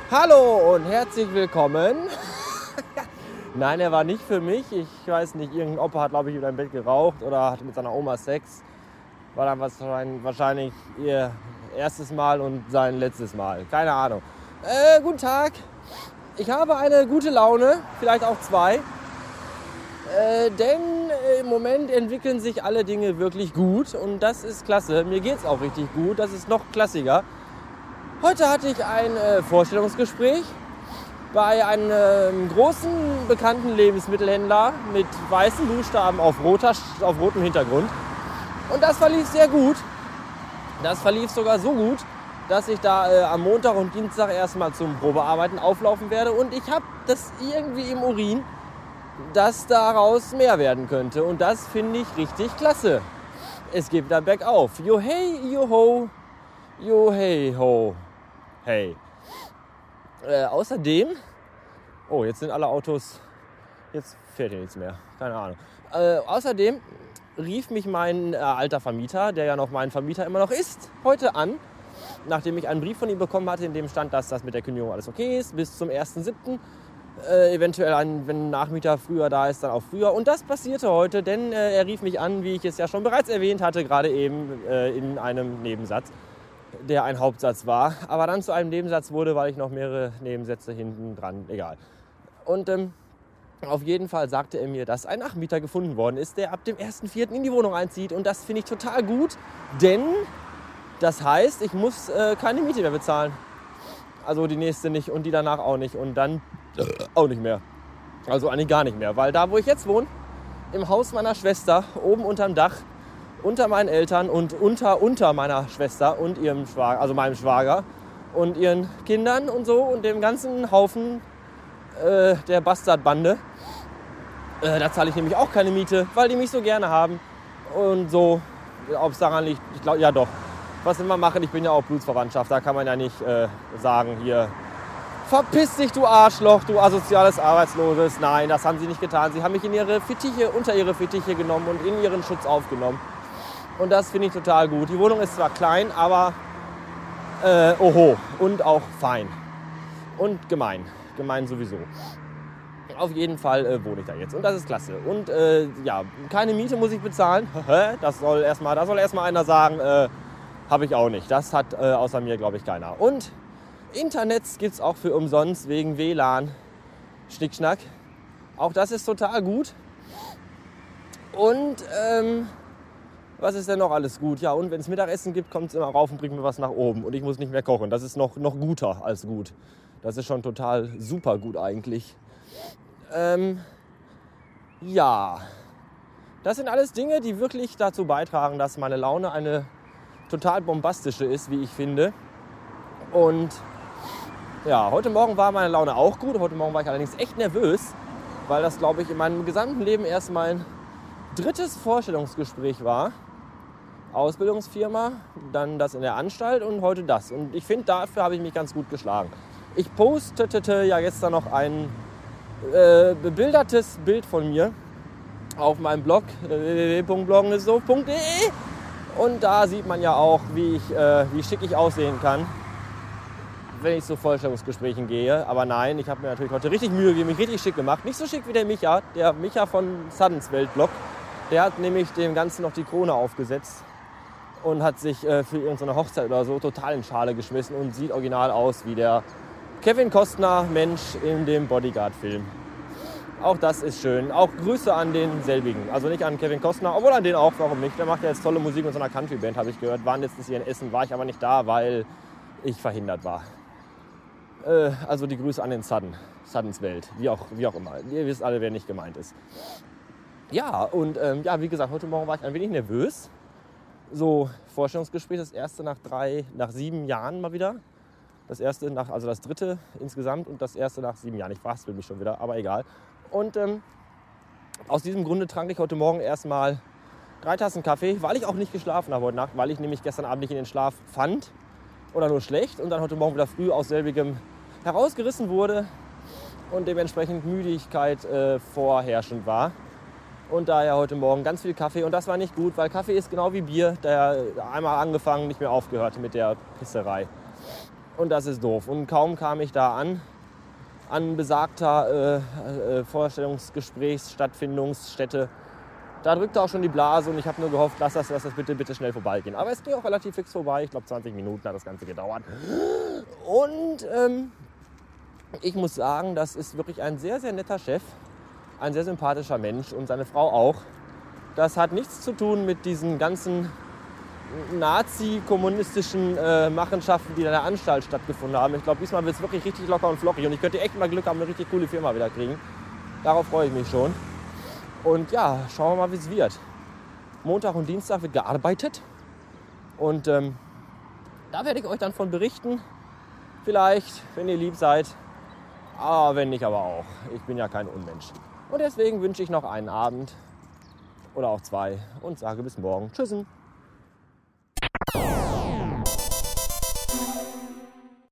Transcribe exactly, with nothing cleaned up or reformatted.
Hallo und herzlich willkommen. Nein, er war nicht für mich. Ich weiß nicht, irgendein Opa hat, glaube ich, über im Bett geraucht oder hatte mit seiner Oma Sex. War dann wahrscheinlich ihr erstes Mal und sein letztes Mal. Keine Ahnung. Äh, guten Tag. Ich habe eine gute Laune, vielleicht auch zwei. Äh, denn im Moment entwickeln sich alle Dinge wirklich gut und das ist klasse. Mir geht's auch richtig gut, das ist noch klassiger. Heute hatte ich ein äh, Vorstellungsgespräch bei einem äh, großen, bekannten Lebensmittelhändler mit weißen Buchstaben auf, roter, auf rotem Hintergrund. Und das verlief sehr gut. Das verlief sogar so gut, dass ich da äh, am Montag und Dienstag erstmal zum Probearbeiten auflaufen werde. Und ich habe das irgendwie im Urin, dass daraus mehr werden könnte. Und das finde ich richtig klasse. Es geht wieder bergauf. Jo hey, jo ho, jo hey ho. Hey. Äh, außerdem, oh, jetzt sind alle Autos, jetzt fährt hier nichts mehr, keine Ahnung. Äh, außerdem rief mich mein äh, alter Vermieter, der ja noch mein Vermieter immer noch ist, heute an, nachdem ich einen Brief von ihm bekommen hatte, in dem stand, dass das mit der Kündigung alles okay ist, bis zum ersten siebten Äh, eventuell, ein, wenn ein Nachmieter früher da ist, dann auch früher. Und das passierte heute, denn äh, er rief mich an, wie ich es ja schon bereits erwähnt hatte, gerade eben äh, in einem Nebensatz, der ein Hauptsatz war, aber dann zu einem Nebensatz wurde, weil ich noch mehrere Nebensätze hinten dran, egal. Und ähm, auf jeden Fall sagte er mir, dass ein Nachmieter gefunden worden ist, der ab dem ersten vierten in die Wohnung einzieht. Und das finde ich total gut, denn das heißt, ich muss äh, keine Miete mehr bezahlen. Also die nächste nicht und die danach auch nicht und dann äh, auch nicht mehr. Also eigentlich gar nicht mehr, weil da, wo ich jetzt wohne, im Haus meiner Schwester, oben unterm Dach, unter meinen Eltern und unter, unter meiner Schwester und ihrem Schwager, also meinem Schwager und ihren Kindern und so und dem ganzen Haufen äh, der Bastardbande. Äh, da zahle ich nämlich auch keine Miete, weil die mich so gerne haben. Und so, ob es daran liegt, ich glaube, ja doch. Was wir immer machen, ich bin ja auch Blutsverwandtschaft, da kann man ja nicht äh, sagen, hier, verpiss dich, du Arschloch, du asoziales Arbeitsloses. Nein, das haben sie nicht getan. Sie haben mich in ihre Fittiche, unter ihre Fittiche genommen und in ihren Schutz aufgenommen. Und das finde ich total gut. Die Wohnung ist zwar klein, aber äh, oho und auch fein. Und gemein. Gemein sowieso. Auf jeden Fall äh, wohne ich da jetzt und das ist klasse. Und äh, ja, keine Miete muss ich bezahlen. Das soll erstmal, da soll erstmal einer sagen, äh, habe ich auch nicht. Das hat äh, außer mir, glaube ich, keiner. Und Internet gibt es auch für umsonst wegen W L A N. Schnickschnack. Auch das ist total gut. Und ähm, was ist denn noch alles gut? Ja, und wenn es Mittagessen gibt, kommt es immer rauf und bringt mir was nach oben. Und ich muss nicht mehr kochen. Das ist noch, noch guter als gut. Das ist schon total super gut eigentlich. Ähm, ja, das sind alles Dinge, die wirklich dazu beitragen, dass meine Laune eine total bombastische ist, wie ich finde. Und ja, heute Morgen war meine Laune auch gut. Heute Morgen war ich allerdings echt nervös, weil das, glaube ich, in meinem gesamten Leben erst mein drittes Vorstellungsgespräch war. Ausbildungsfirma, dann das in der Anstalt und heute das. Und ich finde, dafür habe ich mich ganz gut geschlagen. Ich postete ja gestern noch ein äh, bebildertes Bild von mir auf meinem Blog w w w punkt bloggenistdoof punkt de und da sieht man ja auch, wie, ich, äh, wie schick ich aussehen kann, wenn ich zu Vorstellungsgesprächen gehe. Aber nein, ich habe mir natürlich heute richtig Mühe gegeben, mich richtig schick gemacht. Nicht so schick wie der Micha, der Micha von Suddens Weltblog. Der hat nämlich dem Ganzen noch die Krone aufgesetzt und hat sich äh, für irgendeine Hochzeit oder so total in Schale geschmissen und sieht original aus wie der Kevin Costner Mensch in dem Bodyguard-Film. Auch das ist schön. Auch Grüße an denselbigen. Also nicht an Kevin Costner, obwohl an den auch, warum nicht. Der macht ja jetzt tolle Musik mit so einer Country-Band, habe ich gehört. Waren letztens hier in Essen, war ich aber nicht da, weil ich verhindert war. Äh, also die Grüße an den Sudden. Suddens Welt, wie auch, wie auch immer. Ihr wisst alle, wer nicht gemeint ist. Ja, und ähm, ja, wie gesagt, heute Morgen war ich ein wenig nervös. So, Vorstellungsgespräch, das erste nach drei, nach sieben Jahren mal wieder. Das erste nach, also das dritte insgesamt und das erste nach sieben Jahren. Ich verhaspel mich schon wieder, aber egal. Und ähm, aus diesem Grunde trank ich heute Morgen erstmal drei Tassen Kaffee, weil ich auch nicht geschlafen habe heute Nacht, weil ich nämlich gestern Abend nicht in den Schlaf fand oder nur schlecht und dann heute Morgen wieder früh aus selbigem herausgerissen wurde und dementsprechend Müdigkeit äh, vorherrschend war. Und daher heute Morgen ganz viel Kaffee und das war nicht gut, weil Kaffee ist genau wie Bier, der einmal angefangen, nicht mehr aufgehört mit der Pisserei. Und das ist doof. Und kaum kam ich da an, an besagter äh, äh, Vorstellungsgesprächsstattfindungsstätte, da drückte auch schon die Blase und ich habe nur gehofft, lass das, lass das bitte, bitte schnell vorbeigehen. Aber es ging auch relativ fix vorbei. Ich glaube, zwanzig Minuten hat das Ganze gedauert. Und ähm, ich muss sagen, das ist wirklich ein sehr, sehr netter Chef. Ein sehr sympathischer Mensch und seine Frau auch. Das hat nichts zu tun mit diesen ganzen nazi-kommunistischen äh, Machenschaften, die in der Anstalt stattgefunden haben. Ich glaube, diesmal wird es wirklich richtig locker und flockig. Und ich könnte echt mal Glück haben, eine richtig coole Firma wieder kriegen. Darauf freue ich mich schon. Und ja, schauen wir mal, wie es wird. Montag und Dienstag wird gearbeitet. Und ähm, da werde ich euch dann von berichten. Vielleicht, wenn ihr lieb seid. Aber wenn nicht, aber auch. Ich bin ja kein Unmensch. Und deswegen wünsche ich noch einen Abend oder auch zwei und sage bis morgen. Tschüssen.